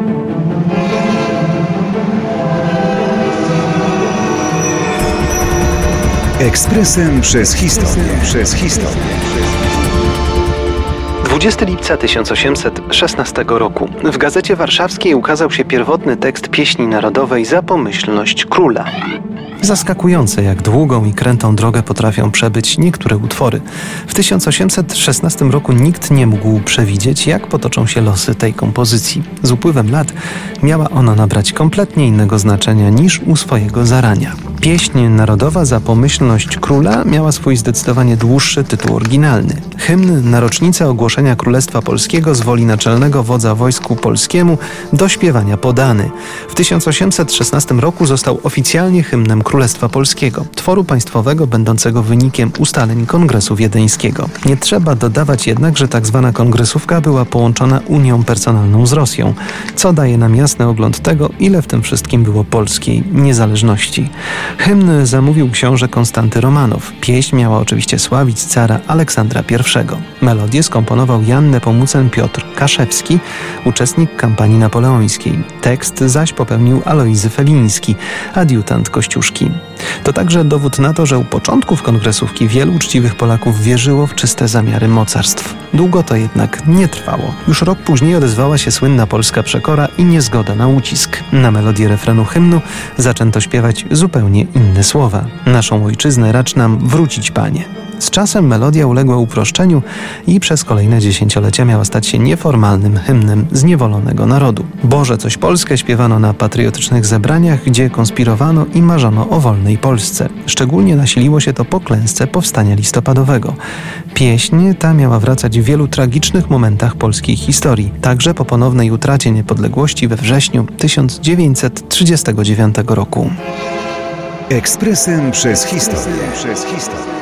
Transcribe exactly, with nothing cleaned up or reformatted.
Ekspresem przez historię. Przez historię. dwudziestego lipca tysiąc osiemset szesnastego roku w Gazecie Warszawskiej ukazał się pierwotny tekst pieśni narodowej Za pomyślność króla. Zaskakujące, jak długą i krętą drogę potrafią przebyć niektóre utwory. W tysiąc osiemset szesnastym roku nikt nie mógł przewidzieć, jak potoczą się losy tej kompozycji. Z upływem lat miała ona nabrać kompletnie innego znaczenia niż u swojego zarania. Pieśń narodowa Za pomyślność króla miała swój zdecydowanie dłuższy tytuł oryginalny. Hymn na rocznicę ogłoszenia Królestwa Polskiego z woli naczelnego wodza wojsku polskiemu do śpiewania podany. W tysiąc osiemset szesnastym roku został oficjalnie hymnem Królestwa Polskiego, tworu państwowego będącego wynikiem ustaleń Kongresu Wiedeńskiego. Nie trzeba dodawać jednak, że tak zwana kongresówka była połączona unią personalną z Rosją, co daje nam jasny ogląd tego, ile w tym wszystkim było polskiej niezależności. Hymn zamówił książę Konstanty Romanow. Pieśń miała oczywiście sławić cara Aleksandra pierwszego. Melodię skomponował Jan Nepomucen Piotr Kaszewski, uczestnik kampanii napoleońskiej. Tekst zaś popełnił Alojzy Feliński, adiutant Kościuszki. To także dowód na to, że u początków kongresówki wielu uczciwych Polaków wierzyło w czyste zamiary mocarstw. Długo to jednak nie trwało. Już rok później odezwała się słynna polska przekora i niezgoda na ucisk. Na melodię refrenu hymnu zaczęto śpiewać zupełnie inne słowa. Naszą ojczyznę racz nam wrócić, Panie. Z czasem melodia uległa uproszczeniu i przez kolejne dziesięciolecia miała stać się nieformalnym hymnem zniewolonego narodu. Boże coś Polskę śpiewano na patriotycznych zebraniach, gdzie konspirowano i marzono o wolnej Polsce. Szczególnie nasiliło się to po klęsce powstania listopadowego. Pieśń ta miała wracać w wielu tragicznych momentach polskiej historii, także po ponownej utracie niepodległości we wrześniu tysiąc dziewięćset trzydziestego dziewiątego roku. Ekspresem przez historię. Przez historię.